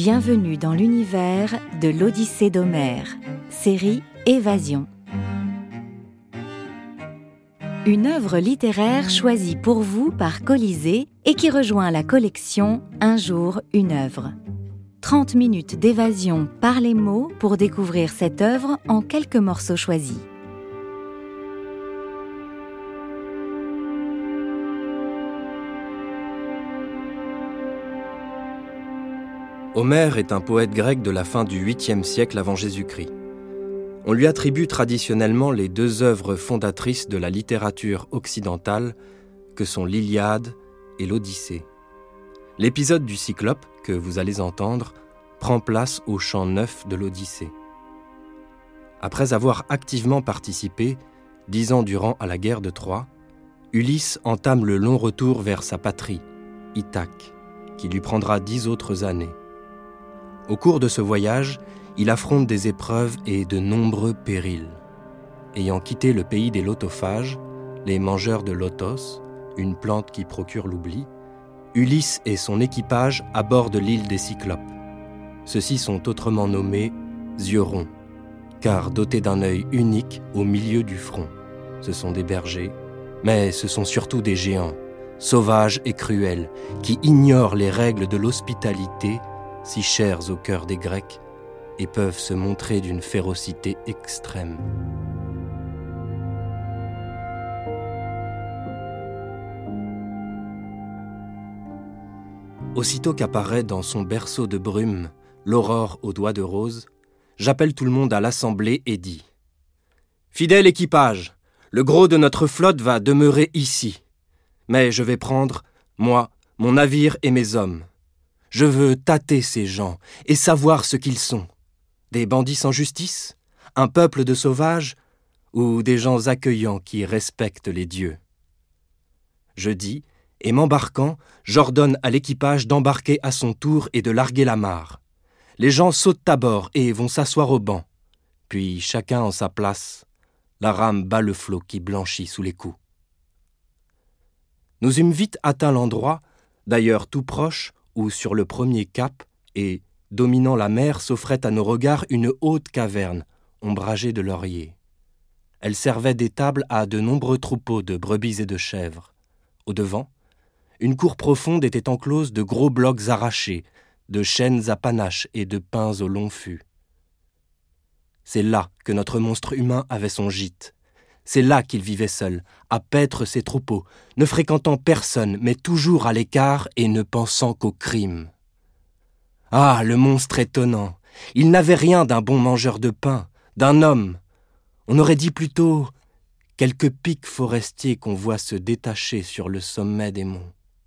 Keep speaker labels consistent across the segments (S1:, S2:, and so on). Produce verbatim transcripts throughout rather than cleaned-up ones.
S1: Bienvenue dans l'univers de l'Odyssée d'Homère, série Évasion. Une œuvre littéraire choisie pour vous par Colisée et qui rejoint la collection Un jour, une œuvre. trente minutes d'évasion par les mots pour découvrir cette œuvre en quelques morceaux choisis.
S2: Homère est un poète grec de la fin du huitième siècle avant Jésus-Christ. On lui attribue traditionnellement les deux œuvres fondatrices de la littérature occidentale que sont l'Iliade et l'Odyssée. L'épisode du Cyclope, que vous allez entendre, prend place au chant neuf de l'Odyssée. Après avoir activement participé, dix ans durant à la guerre de Troie, Ulysse entame le long retour vers sa patrie, Ithaque, qui lui prendra dix autres années. Au cours de ce voyage, il affronte des épreuves et de nombreux périls. Ayant quitté le pays des lotophages, les mangeurs de lotos, une plante qui procure l'oubli, Ulysse et son équipage abordent l'île des Cyclopes. Ceux-ci sont autrement nommés yeux ronds, car dotés d'un œil unique au milieu du front. Ce sont des bergers, mais ce sont surtout des géants, sauvages et cruels, qui ignorent les règles de l'hospitalité si chères au cœur des Grecs, et peuvent se montrer d'une férocité extrême. Aussitôt qu'apparaît dans son berceau de brume l'aurore aux doigts de rose, j'appelle tout le monde à l'assemblée et dis « Fidèle équipage, le gros de notre flotte va demeurer ici, mais je vais prendre, moi, mon navire et mes hommes. Je veux tâter ces gens et savoir ce qu'ils sont. Des bandits sans justice, un peuple de sauvages ou des gens accueillants qui respectent les dieux. » Je dis, et m'embarquant, j'ordonne à l'équipage d'embarquer à son tour et de larguer l'amarre. Les gens sautent à bord et vont s'asseoir au banc. Puis chacun en sa place, la rame bat le flot qui blanchit sous les coups. Nous eûmes vite atteint l'endroit, d'ailleurs tout proche, où sur le premier cap, et, dominant la mer, s'offrait à nos regards une haute caverne, ombragée de lauriers. Elle servait d'étable à de nombreux troupeaux de brebis et de chèvres. Au devant, une cour profonde était enclose de gros blocs arrachés, de chênes à panache et de pins au long fût. C'est là que notre monstre humain avait son gîte. C'est là qu'il vivait seul, à paître ses troupeaux, ne fréquentant personne, mais toujours à l'écart et ne pensant qu'au crime. Ah, le monstre étonnant! Il n'avait rien d'un bon mangeur de pain, d'un homme. On aurait dit plutôt quelques pics forestiers qu'on voit se détacher sur le sommet des monts.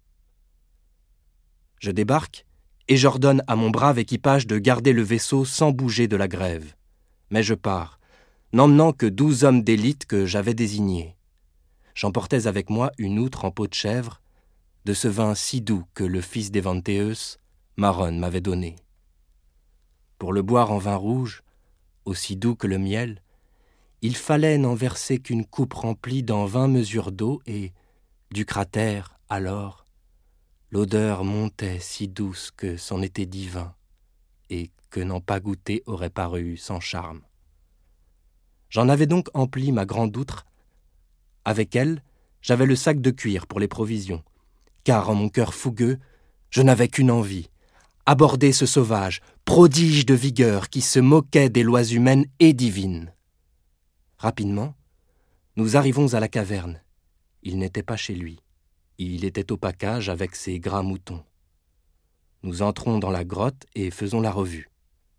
S2: Je débarque et j'ordonne à mon brave équipage de garder le vaisseau sans bouger de la grève. Mais je pars, n'emmenant que douze hommes d'élite que j'avais désignés. J'emportais avec moi une outre en peau de chèvre, de ce vin si doux que le fils d'Évanthéeus, Maron, m'avait donné. Pour le boire en vin rouge, aussi doux que le miel, il fallait n'en verser qu'une coupe remplie dans vingt mesures d'eau et, du cratère, alors, l'odeur montait si douce que c'en était divin, et que n'en pas goûter aurait paru sans charme. J'en avais donc empli ma grande outre. Avec elle, j'avais le sac de cuir pour les provisions, car en mon cœur fougueux, je n'avais qu'une envie, aborder ce sauvage, prodige de vigueur qui se moquait des lois humaines et divines. Rapidement, nous arrivons à la caverne. Il n'était pas chez lui. Il était au pacage avec ses gras moutons. Nous entrons dans la grotte et faisons la revue.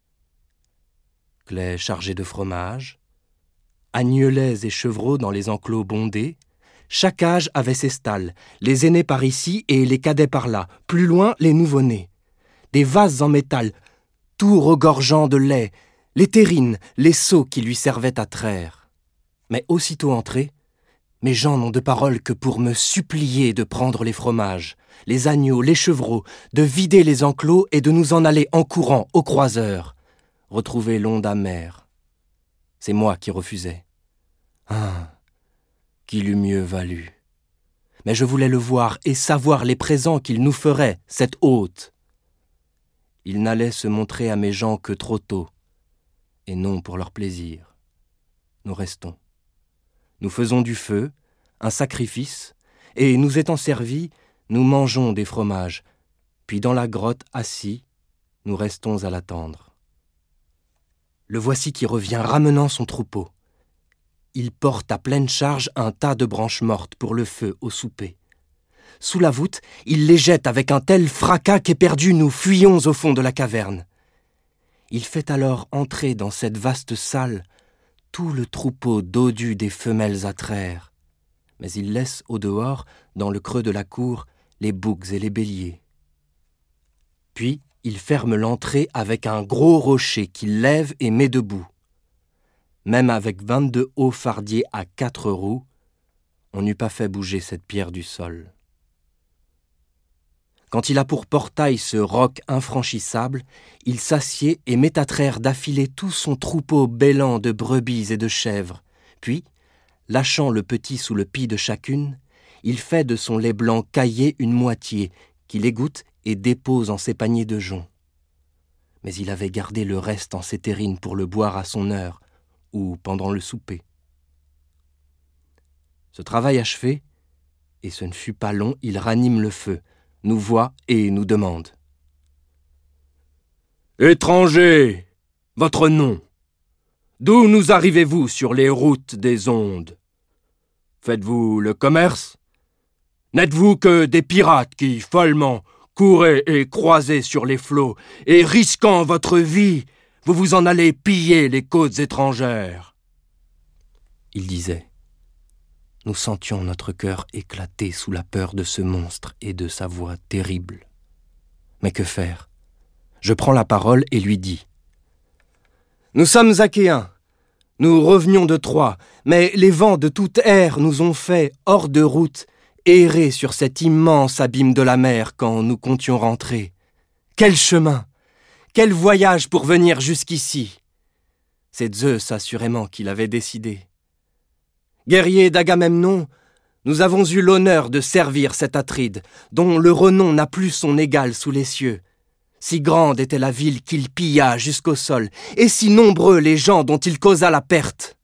S2: Claies chargées de fromage, agnelets et chevreaux dans les enclos bondés, chaque âge avait ses stalles, les aînés par ici et les cadets par là, plus loin les nouveau-nés. Des vases en métal, tout regorgeant de lait, les terrines, les seaux qui lui servaient à traire. Mais aussitôt entrés, mes gens n'ont de parole que pour me supplier de prendre les fromages, les agneaux, les chevreaux, de vider les enclos et de nous en aller en courant aux croiseurs, retrouver l'onde amère. C'est moi qui refusais. Ah, qu'il eût mieux valu. Mais je voulais le voir et savoir les présents qu'il nous ferait, cet hôte. ils n'allaient se montrer à mes gens que trop tôt, et non pour leur plaisir. Nous restons. Nous faisons du feu, un sacrifice, et nous étant servis, nous mangeons des fromages, puis dans la grotte, assis, nous restons à l'attendre. Le voici qui revient, ramenant son troupeau. Il porte à pleine charge un tas de branches mortes pour le feu au souper. Sous la voûte, il les jette avec un tel fracas qu'éperdus nous fuyons au fond de la caverne. Il fait alors entrer dans cette vaste salle tout le troupeau dodus des femelles à traire, mais il laisse au dehors, dans le creux de la cour, les boucs et les béliers. Puis il ferme l'entrée avec un gros rocher qu'il lève et met debout. Même avec vingt-deux hauts fardiers à quatre roues, on n'eût pas fait bouger cette pierre du sol. Quand il a pour portail ce roc infranchissable, il s'assied et met à traire d'affiler tout son troupeau bêlant de brebis et de chèvres. Puis, lâchant le petit sous le pis de chacune, il fait de son lait blanc caillé une moitié, qu'il égoutte et dépose en ses paniers de joncs. Mais il avait gardé le reste en ses terrines pour le boire à son heure, ou pendant le souper. Ce travail achevé, et ce ne fut pas long, il ranime le feu, nous voit et nous demande. « Étranger, votre nom, d'où nous arrivez-vous sur les routes des ondes? Faites-vous le commerce? N'êtes-vous que des pirates qui, follement, courez et croisez sur les flots, et risquant votre vie, vous vous en allez piller les côtes étrangères? » Il disait. Nous sentions notre cœur éclater sous la peur de ce monstre et de sa voix terrible. Mais que faire? Je prends la parole et lui dis. Nous sommes Achéens. Nous revenions de Troie, mais les vents de toute ère nous ont fait, hors de route, errer sur cet immense abîme de la mer quand nous comptions rentrer. Quel chemin! Quel voyage pour venir jusqu'ici! C'est Zeus assurément qui l'avait décidé. Guerriers d'Agamemnon, nous avons eu l'honneur de servir cet Atride, dont le renom n'a plus son égal sous les cieux. Si grande était la ville qu'il pilla jusqu'au sol, et si nombreux les gens dont il causa la perte.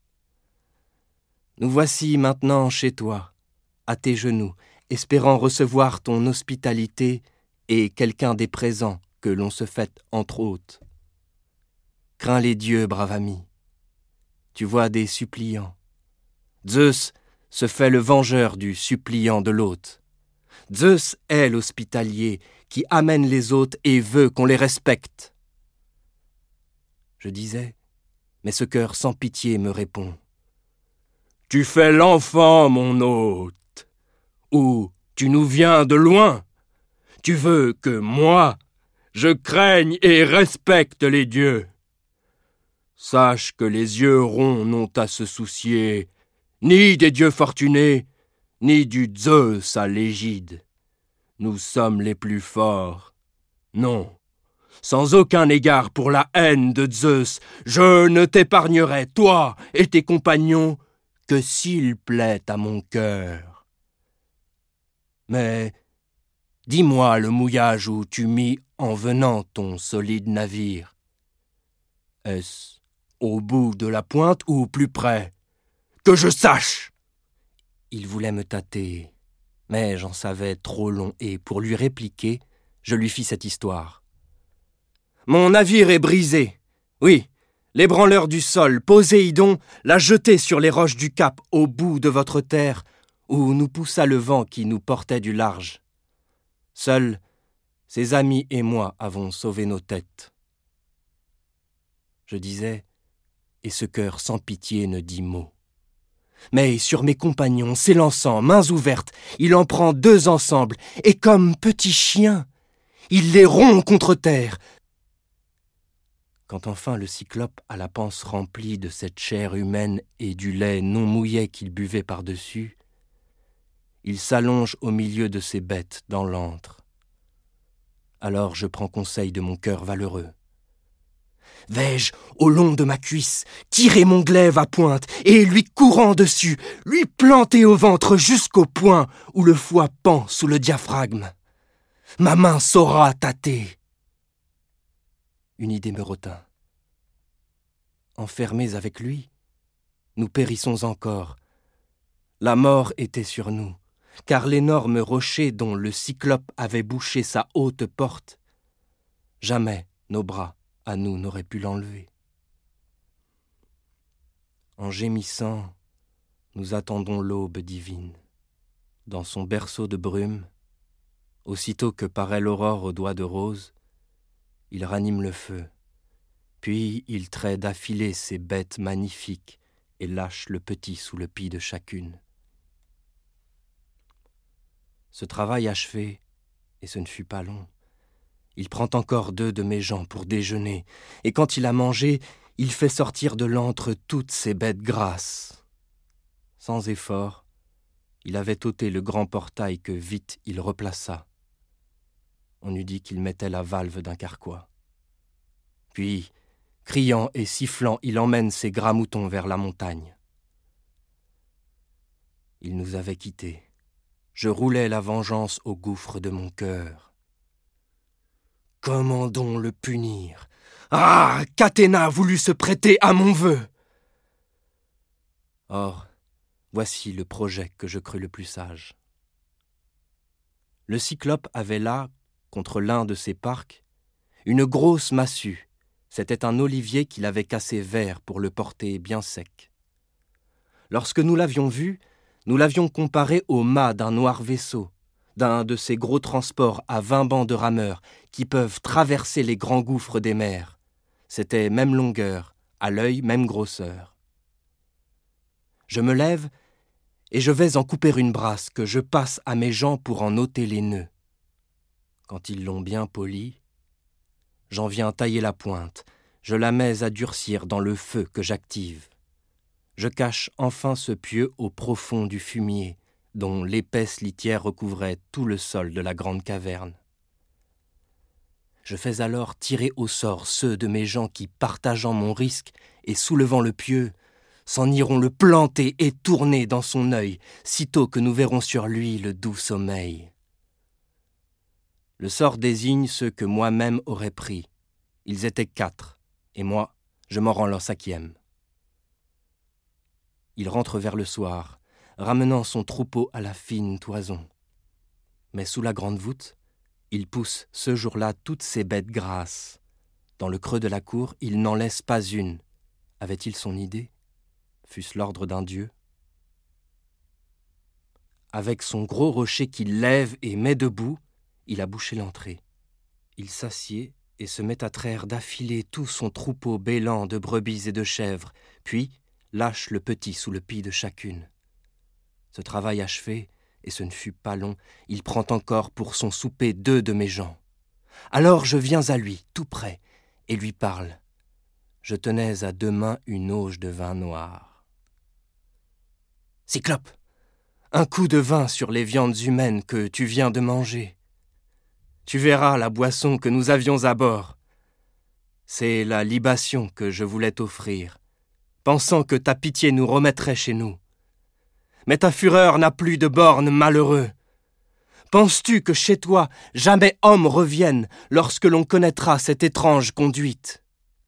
S2: Nous voici maintenant chez toi, à tes genoux, espérant recevoir ton hospitalité et quelqu'un des présents que l'on se fait entre hôtes. Crains les dieux, brave ami. Tu vois des suppliants. Zeus se fait le vengeur du suppliant de l'hôte. Zeus est l'hospitalier qui amène les hôtes et veut qu'on les respecte. Je disais, mais ce cœur sans pitié me répond. Tu fais l'enfant, mon hôte, ou tu nous viens de loin. Tu veux que moi, je craigne et respecte les dieux. Sache que les yeux ronds n'ont à se soucier ni des dieux fortunés, ni du Zeus à l'égide. Nous sommes les plus forts. Non, sans aucun égard pour la haine de Zeus, je ne t'épargnerai, toi et tes compagnons, que s'il plaît à mon cœur. Mais dis-moi le mouillage où tu mis en venant ton solide navire. Est-ce au bout de la pointe ou plus près? Que je sache! Il voulait me tâter, mais j'en savais trop long et pour lui répliquer, je lui fis cette histoire. Mon navire est brisé. Oui, l'ébranleur du sol, Poséidon, l'a jeté sur les roches du cap au bout de votre terre, où nous poussa le vent qui nous portait du large. Seuls, ses amis et moi avons sauvé nos têtes. Je disais, et ce cœur sans pitié ne dit mot. Mais sur mes compagnons, s'élançant, mains ouvertes, il en prend deux ensemble, et comme petit chien, il les rompt contre terre. Quand enfin le cyclope à la panse remplie de cette chair humaine et du lait non mouillé qu'il buvait par-dessus, il s'allonge au milieu de ses bêtes dans l'antre. Alors je prends conseil de mon cœur valeureux. Vais-je, au long de ma cuisse, tirer mon glaive à pointe et, lui courant dessus, lui planter au ventre jusqu'au point où le foie pend sous le diaphragme? Ma main saura tâter. une idée me retint. Enfermés avec lui, nous périssons encore. La mort était sur nous, car l'énorme rocher dont le cyclope avait bouché sa haute porte, jamais nos bras à nous n'auraient pu l'enlever. En gémissant, nous attendons l'aube divine. Dans son berceau de brume, aussitôt que paraît l'aurore aux doigts de rose, il ranime le feu, puis il traite d'affilée ses bêtes magnifiques et lâche le petit sous le pis de chacune. Ce travail achevé, et ce ne fut pas long, il prend encore deux de mes gens pour déjeuner, et quand il a mangé, il fait sortir de l'antre toutes ses bêtes grasses. Sans effort, il avait ôté le grand portail que vite il replaça. On eût dit qu'il mettait la valve d'un carquois. Puis, criant et sifflant, il emmène ses gras moutons vers la montagne. Il nous avait quittés. Je roulais la vengeance au gouffre de mon cœur. Comment donc le punir? Ah, qu'Athéna voulut se prêter à mon vœu! Or, voici le projet que je crus le plus sage. Le cyclope avait là, contre l'un de ses parcs, une grosse massue. C'était un olivier qu'il avait cassé vert pour le porter bien sec. Lorsque nous l'avions vu, nous l'avions comparé au mât d'un noir vaisseau, d'un de ces gros transports à vingt bancs de rameurs qui peuvent traverser les grands gouffres des mers. C'était même longueur, à l'œil même grosseur. Je me lève et je vais en couper une brasse que je passe à mes gens pour en ôter les nœuds. Quand ils l'ont bien polie, j'en viens tailler la pointe, je la mets à durcir dans le feu que j'active. Je cache enfin ce pieu au profond du fumier, dont l'épaisse litière recouvrait tout le sol de la grande caverne. Je fais alors tirer au sort ceux de mes gens qui, partageant mon risque et soulevant le pieu, s'en iront le planter et tourner dans son œil, sitôt que nous verrons sur lui le doux sommeil. Le sort désigne ceux que moi-même aurais pris. Ils étaient quatre, et moi, je m'en rends leur cinquième. Il rentre vers le soir, ramenant son troupeau à la fine toison. Mais sous la grande voûte, il pousse ce jour-là toutes ses bêtes grasses. Dans le creux de la cour, il n'en laisse pas une. Avait-il son idée? Fût-ce l'ordre d'un dieu? Avec son gros rocher qu'il lève et met debout, il a bouché l'entrée. Il s'assied et se met à traire d'affiler tout son troupeau bêlant de brebis et de chèvres, puis lâche le petit sous le pis de chacune. Ce travail achevé, et ce ne fut pas long, il prend encore pour son souper deux de mes gens. Alors je viens à lui, tout près, et lui parle. Je tenais à deux mains une auge de vin noir. « Cyclope, un coup de vin sur les viandes humaines que tu viens de manger. Tu verras la boisson que nous avions à bord. C'est la libation que je voulais t'offrir, pensant que ta pitié nous remettrait chez nous. Mais ta fureur n'a plus de bornes, malheureux. Penses-tu que chez toi jamais homme revienne lorsque l'on connaîtra cette étrange conduite ?»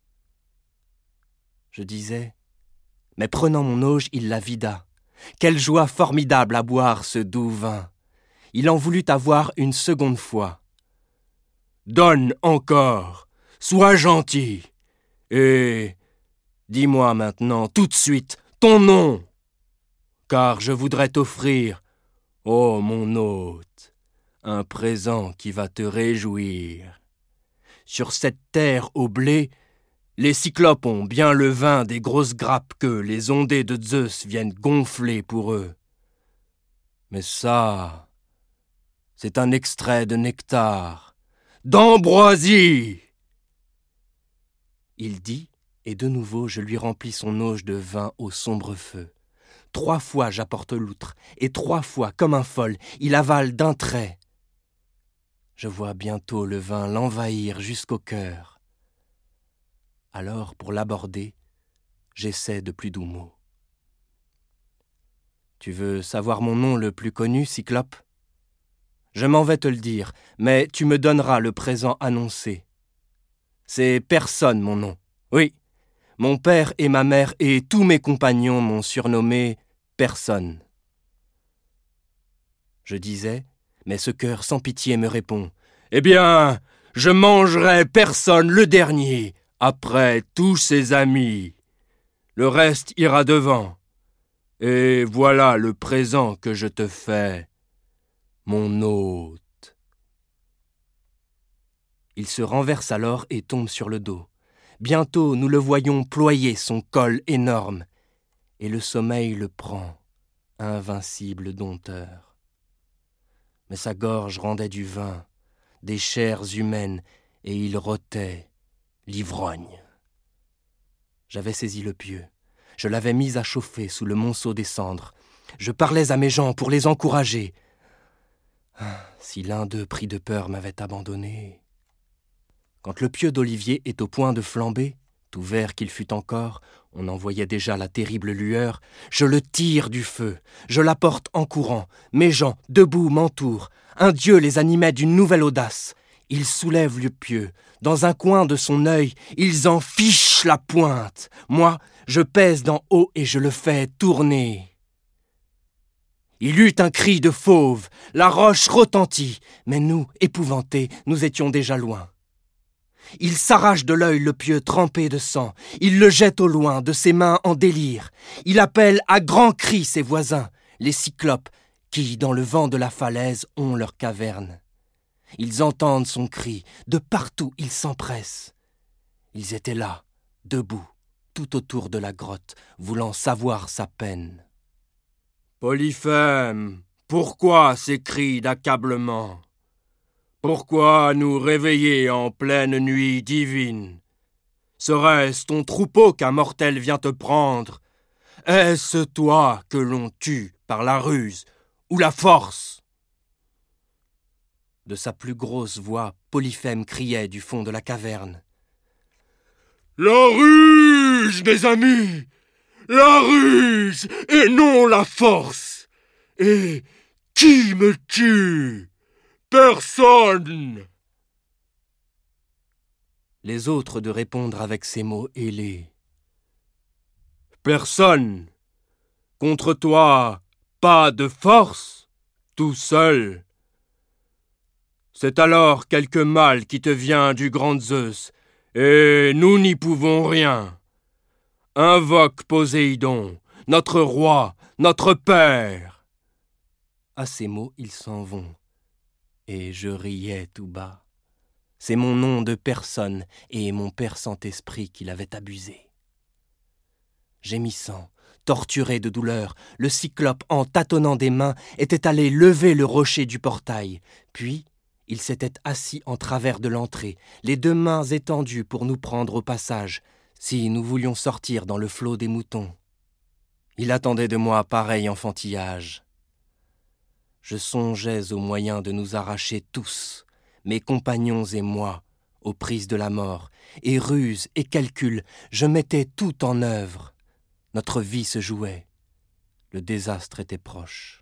S2: Je disais, mais prenant mon auge, il la vida. Quelle joie formidable à boire ce doux vin. Il en voulut avoir une seconde fois. « Donne encore, sois gentil, et dis-moi maintenant tout de suite ton nom, car je voudrais t'offrir, ô mon hôte, un présent qui va te réjouir. Sur cette terre au blé, les cyclopes ont bien le vin des grosses grappes que les ondées de Zeus viennent gonfler pour eux. Mais ça, c'est un extrait de nectar, d'ambroisie. » Il dit, et de nouveau je lui remplis son auge de vin au sombre feu. Trois fois j'apporte l'outre, et trois fois, comme un fol, il avale d'un trait. Je vois bientôt le vin l'envahir jusqu'au cœur. Alors, pour l'aborder, j'essaie de plus doux mots. « Tu veux savoir mon nom le plus connu, Cyclope? Je m'en vais te le dire, mais tu me donneras le présent annoncé. C'est Personne, mon nom. Oui, mon père et ma mère et tous mes compagnons m'ont surnommé Personne. Je disais, mais ce cœur sans pitié me répond « Eh bien, je mangerai Personne le dernier, après tous ses amis. Le reste ira devant. Et voilà le présent que je te fais, mon hôte. » Il se renverse alors et tombe sur le dos. Bientôt, nous le voyons ployer son col énorme, et le sommeil le prend, invincible dompteur. Mais sa gorge rendait du vin, des chairs humaines, et il rôtait l'ivrogne. J'avais saisi le pieu, je l'avais mis à chauffer sous le monceau des cendres. Je parlais à mes gens pour les encourager. Ah, si l'un d'eux, pris de peur, m'avait abandonné. Quand le pieu d'Olivier est au point de flamber, tout vert qu'il fût encore, on en voyait déjà la terrible lueur, je le tire du feu, je l'apporte en courant, mes gens, debout, m'entourent, un dieu les animait d'une nouvelle audace. Ils soulèvent le pieu, dans un coin de son œil, ils en fichent la pointe. Moi, je pèse d'en haut et je le fais tourner. Il eut un cri de fauve, la roche retentit, mais nous, épouvantés, nous étions déjà loin. Il s'arrache de l'œil le pieu trempé de sang, il le jette au loin de ses mains en délire. Il appelle à grands cris ses voisins, les cyclopes, qui, dans le vent de la falaise, ont leur caverne. Ils entendent son cri, de partout ils s'empressent. Ils étaient là, debout, tout autour de la grotte, voulant savoir sa peine. « Polyphème, pourquoi ces cris d'accablement ? Pourquoi nous réveiller en pleine nuit divine ? Serait-ce ton troupeau qu'un mortel vient te prendre ? Est-ce toi que l'on tue par la ruse ou la force ?» De sa plus grosse voix, Polyphème criait du fond de la caverne. « La ruse, mes amis ! La ruse et non la force ! Et qui me tue ? Personne !» Les autres de répondre avec ces mots ailés. « Personne ! Contre toi, pas de force, tout seul. C'est alors quelque mal qui te vient du grand Zeus, et nous n'y pouvons rien. Invoque Poséidon, notre roi, notre père. » À ces mots, ils s'en vont. Et je riais tout bas. C'est mon nom de Personne et mon père Saint-Esprit qui l'avait abusé. Gémissant, torturé de douleur, le cyclope, en tâtonnant des mains, était allé lever le rocher du portail. Puis, il s'était assis en travers de l'entrée, les deux mains étendues pour nous prendre au passage, si nous voulions sortir dans le flot des moutons. Il attendait de moi pareil enfantillage. Je songeais aux moyens de nous arracher tous, mes compagnons et moi, aux prises de la mort, et ruse et calcul, je mettais tout en œuvre. Notre vie se jouait, le désastre était proche.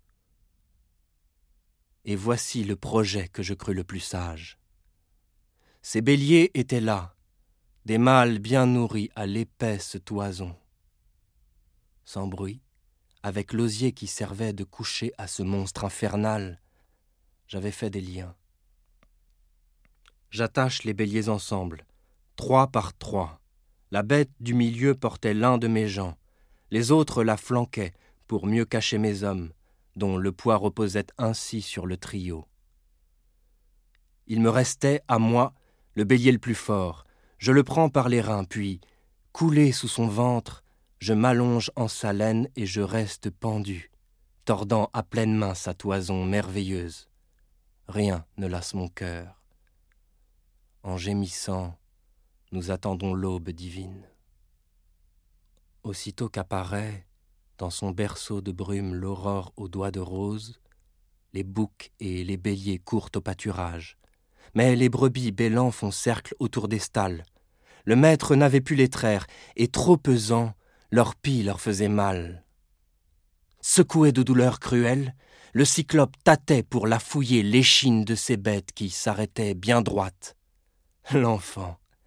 S2: Et voici le projet que je crus le plus sage. Ces béliers étaient là, des mâles bien nourris à l'épaisse toison. Sans bruit, avec l'osier qui servait de coucher à ce monstre infernal, j'avais fait des liens. J'attache les béliers ensemble, trois par trois. La bête du milieu portait l'un de mes gens, les autres la flanquaient pour mieux cacher mes hommes, dont le poids reposait ainsi sur le trio. Il me restait, à moi, le bélier le plus fort. Je le prends par les reins, puis, coulé sous son ventre, je m'allonge en sa laine et je reste pendu, tordant à pleine main sa toison merveilleuse. Rien ne lasse mon cœur. En gémissant, nous attendons l'aube divine. Aussitôt qu'apparaît, dans son berceau de brume, l'aurore aux doigts de rose, les boucs et les béliers courent au pâturage. Mais les brebis bêlants font cercle autour des stalles. Le maître n'avait pu les traire, et trop pesant, leur pie leur faisait mal. Secoué de douleur cruelle, le cyclope tâtait pour la fouiller l'échine de ces bêtes qui s'arrêtaient bien droites. L'enfant,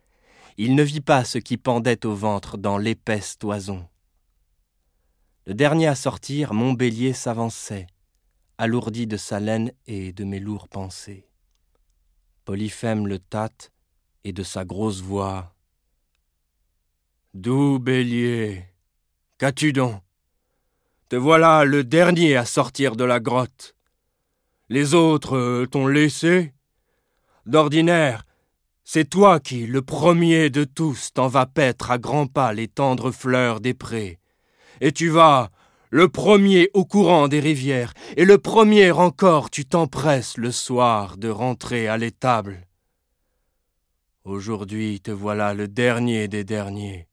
S2: il ne vit pas ce qui pendait au ventre dans l'épaisse toison. Le dernier à sortir, mon bélier s'avançait, alourdi de sa laine et de mes lourds pensées. Polyphème le tâte, et de sa grosse voix. « Doux bélier, qu'as-tu donc? Te voilà le dernier à sortir de la grotte. Les autres t'ont laissé? D'ordinaire, c'est toi qui, le premier de tous, t'en vas paître à grands pas les tendres fleurs des prés. Et tu vas, le premier au courant des rivières, et le premier encore tu t'empresses le soir de rentrer à l'étable. Aujourd'hui te voilà le dernier des derniers.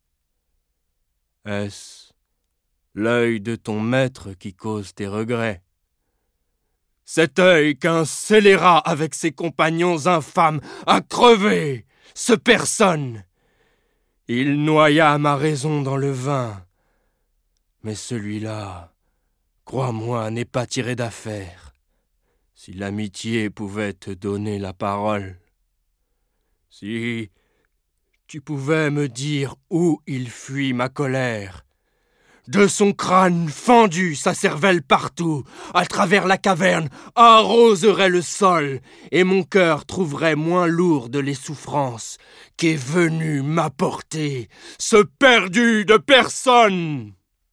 S2: Est-ce l'œil de ton maître qui cause tes regrets? Cet œil qu'un scélérat avec ses compagnons infâmes a crevé, ce personne. Il noya ma raison dans le vin. Mais celui-là, crois-moi, n'est pas tiré d'affaire. Si l'amitié pouvait te donner la parole, si tu pouvais me dire où il fuit ma colère, de son crâne fendu, sa cervelle partout, à travers la caverne, arroserait le sol, et mon cœur trouverait moins lourdes les souffrances qu'est venu m'apporter ce perdu de personne.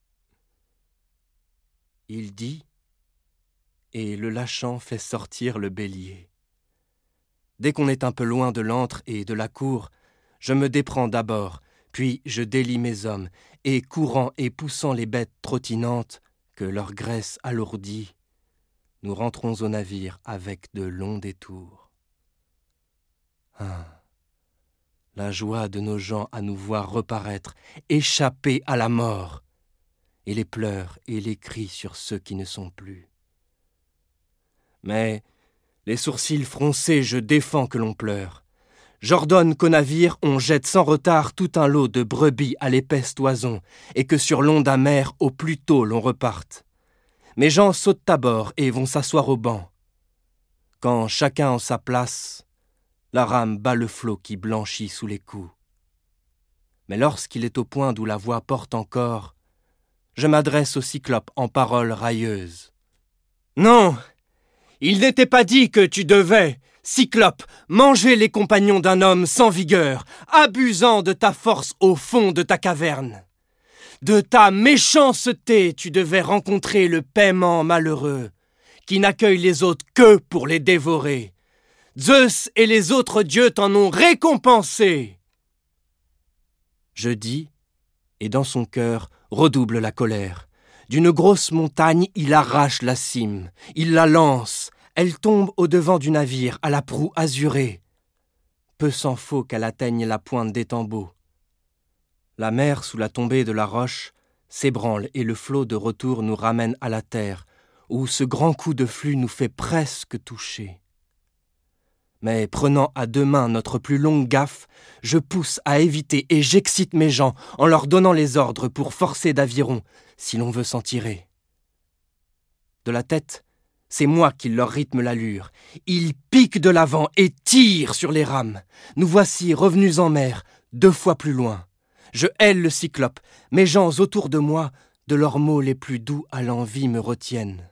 S2: Il dit, et le lâchant fait sortir le bélier. Dès qu'on est un peu loin de l'antre et de la cour, je me déprends d'abord, puis je délie mes hommes, et courant et poussant les bêtes trottinantes, que leur graisse alourdit, nous rentrons au navire avec de longs détours. Ah, la joie de nos gens à nous voir reparaître, échapper à la mort, et les pleurs et les cris sur ceux qui ne sont plus. Mais, les sourcils froncés, je défends que l'on pleure. J'ordonne qu'au navire, on jette sans retard tout un lot de brebis à l'épaisse toison, et que sur l'onde amère, au plus tôt, l'on reparte. Mes gens sautent à bord et vont s'asseoir au banc. Quand chacun en sa place, la rame bat le flot qui blanchit sous les coups. Mais lorsqu'il est au point d'où la voix porte encore, je m'adresse au cyclope en paroles railleuses. « Non, il n'était pas dit que tu devais, cyclope, manger les compagnons d'un homme sans vigueur, abusant de ta force au fond de ta caverne. De ta méchanceté, tu devais rencontrer le paiement malheureux, qui n'accueille les autres que pour les dévorer. Zeus et les autres dieux t'en ont récompensé. » Je dis, et dans son cœur redouble la colère. D'une grosse montagne, il arrache la cime, il la lance, elle tombe au-devant du navire, à la proue azurée. Peu s'en faut qu'elle atteigne la pointe des tambours. La mer, sous la tombée de la roche, s'ébranle et le flot de retour nous ramène à la terre, où ce grand coup de flux nous fait presque toucher. Mais prenant à deux mains notre plus longue gaffe, je pousse à éviter et j'excite mes gens en leur donnant les ordres pour forcer d'aviron, si l'on veut s'en tirer. De la tête, c'est moi qui leur rythme l'allure. Ils piquent de l'avant et tirent sur les rames. Nous voici revenus en mer, deux fois plus loin. Je hèle le cyclope, mes gens autour de moi, de leurs mots les plus doux à l'envie me retiennent.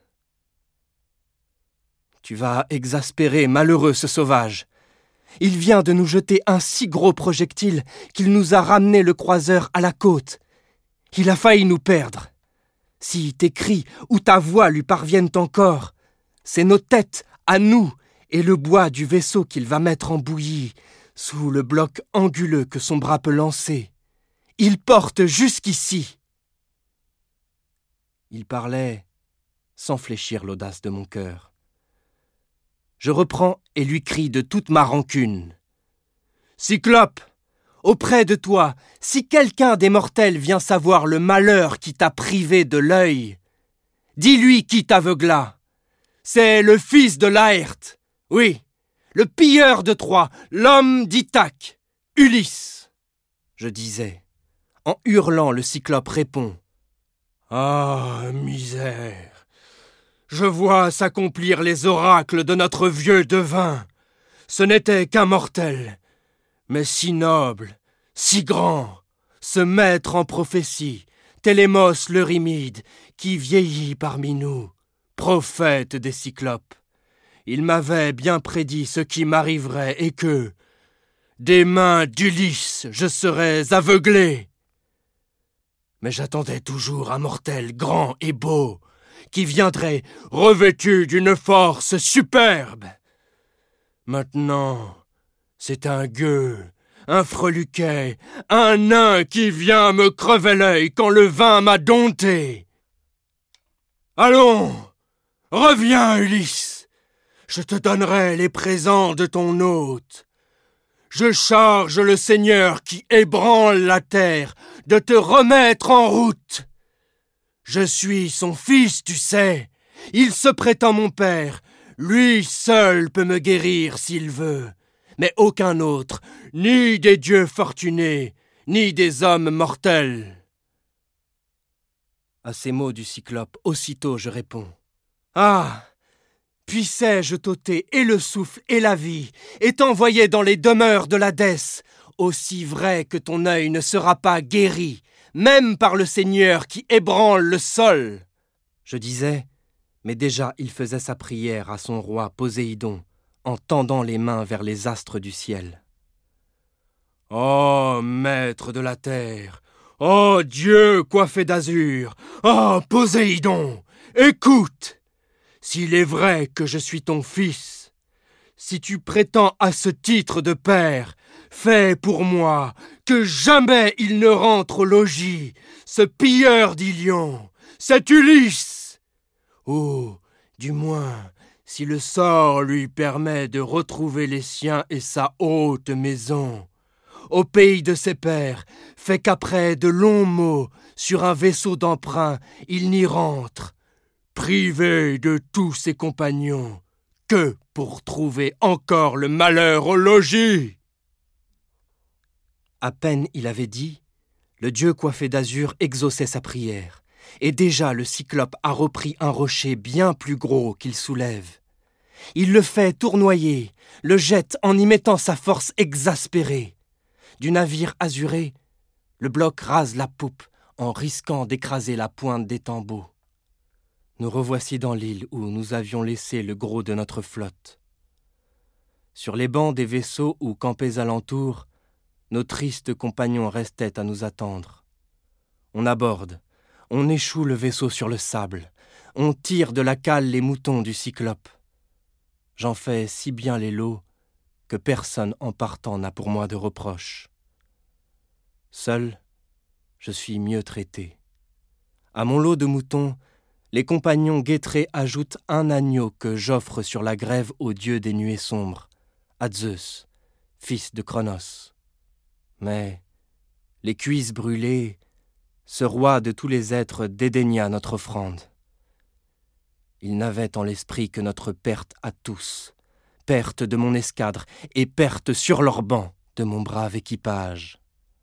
S2: Tu vas exaspérer, malheureux, ce sauvage. Il vient de nous jeter un si gros projectile qu'il nous a ramené le croiseur à la côte. Il a failli nous perdre. Si tes cris ou ta voix lui parviennent encore, c'est nos têtes, à nous, et le bois du vaisseau qu'il va mettre en bouillie, sous le bloc anguleux que son bras peut lancer. Il porte jusqu'ici. Il parlait sans fléchir l'audace de mon cœur. Je reprends et lui crie de toute ma rancune. « Cyclope, auprès de toi, si quelqu'un des mortels vient savoir le malheur qui t'a privé de l'œil, dis-lui qui t'aveugla. C'est le fils de Laërte, oui, le pilleur de Troie, l'homme d'Ithaque, Ulysse. » Je disais. En hurlant, le cyclope répond. « Ah, misère! Je vois s'accomplir les oracles de notre vieux devin. Ce n'était qu'un mortel. mais si noble, si grand, ce maître en prophétie, Télémos l'Eurymide, qui vieillit parmi nous, prophète des Cyclopes. Il m'avait bien prédit ce qui m'arriverait et que, des mains d'Ulysse, je serais aveuglé. Mais j'attendais toujours un mortel grand et beau, qui viendrait revêtu d'une force superbe. Maintenant, c'est un gueux, un freluquet, un nain qui vient me crever l'œil quand le vin m'a dompté. Allons, reviens, Ulysse, je te donnerai les présents de ton hôte. Je charge le Seigneur qui ébranle la terre de te remettre en route. Je suis son fils, tu sais. Il se prétend mon père. Lui seul peut me guérir s'il veut. Mais aucun autre, ni des dieux fortunés, ni des hommes mortels. À ces mots du Cyclope, aussitôt je réponds. Ah! Puissais-je t'ôter et le souffle et la vie, et t'envoyer dans les demeures de l'Hadès, aussi vrai que ton œil ne sera pas guéri, même par le Seigneur qui ébranle le sol. Je disais, mais déjà il faisait sa prière à son roi Poséidon, en tendant les mains vers les astres du ciel. Ô maître de la terre, ô Dieu coiffé d'azur, ô Poséidon, écoute! S'il est vrai que je suis ton fils, si tu prétends à ce titre de père, fais pour moi que jamais il ne rentre au logis, ce pilleur d'Ilion, cet Ulysse. Oh, du moins, si le sort lui permet de retrouver les siens et sa haute maison, au pays de ses pères, fais qu'après de longs mots, sur un vaisseau d'emprunt, il n'y rentre, privé de tous ses compagnons, que pour trouver encore le malheur au logis. À peine il avait dit, le dieu coiffé d'azur exauçait sa prière, et déjà le Cyclope a repris un rocher bien plus gros qu'il soulève. Il le fait tournoyer, le jette en y mettant sa force exaspérée. Du navire azuré, le bloc rase la poupe en risquant d'écraser la pointe des tambours. Nous revoici dans l'île où nous avions laissé le gros de notre flotte. Sur les bancs des vaisseaux ou campés alentour, nos tristes compagnons restaient à nous attendre. On aborde, on échoue le vaisseau sur le sable, on tire de la cale les moutons du Cyclope. J'en fais si bien les lots que personne en partant n'a pour moi de reproche. Seul, je suis mieux traité. À mon lot de moutons, les compagnons guettrés ajoutent un agneau que j'offre sur la grève au dieu des nuées sombres, à Zeus, fils de Cronos. Mais les cuisses brûlées, ce roi de tous les êtres dédaigna notre offrande. Il n'avait en l'esprit que notre perte à tous, perte de mon escadre et perte sur leurs bancs de mon brave équipage.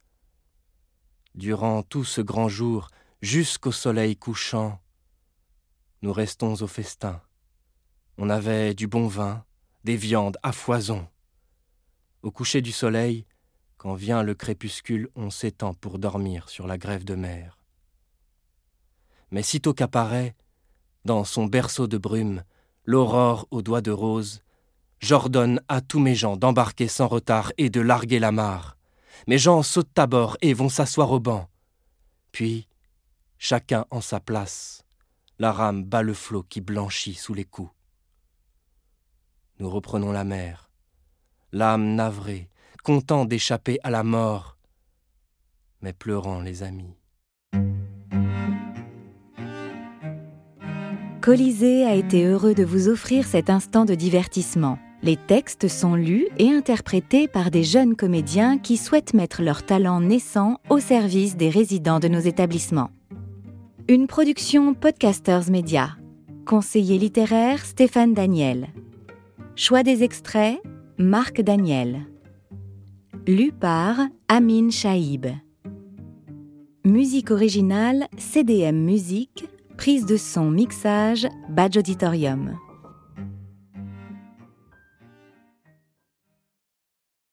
S2: Durant tout ce grand jour, jusqu'au soleil couchant, nous restons au festin. On avait du bon vin, des viandes à foison. Au coucher du soleil, quand vient le crépuscule, on s'étend pour dormir sur la grève de mer. Mais sitôt qu'apparaît, dans son berceau de brume, l'aurore aux doigts de rose, j'ordonne à tous mes gens d'embarquer sans retard et de larguer l'amarre. Mes gens sautent à bord et vont s'asseoir au banc. Puis, chacun en sa place, la rame bat le flot qui blanchit sous les coups. Nous reprenons la mer, l'âme navrée, content d'échapper à la mort, mais pleurant les amis.
S1: Colisée a été heureux de vous offrir cet instant de divertissement. Les textes sont lus et interprétés par des jeunes comédiens qui souhaitent mettre leur talent naissant au service des résidents de nos établissements. Une production Podcasters Media. Conseiller littéraire Stéphane Daniel. Choix des extraits Marc Daniel. Lu par Amine Chaïb. Musique originale C D M Musique. Prise de son mixage Badge Auditorium.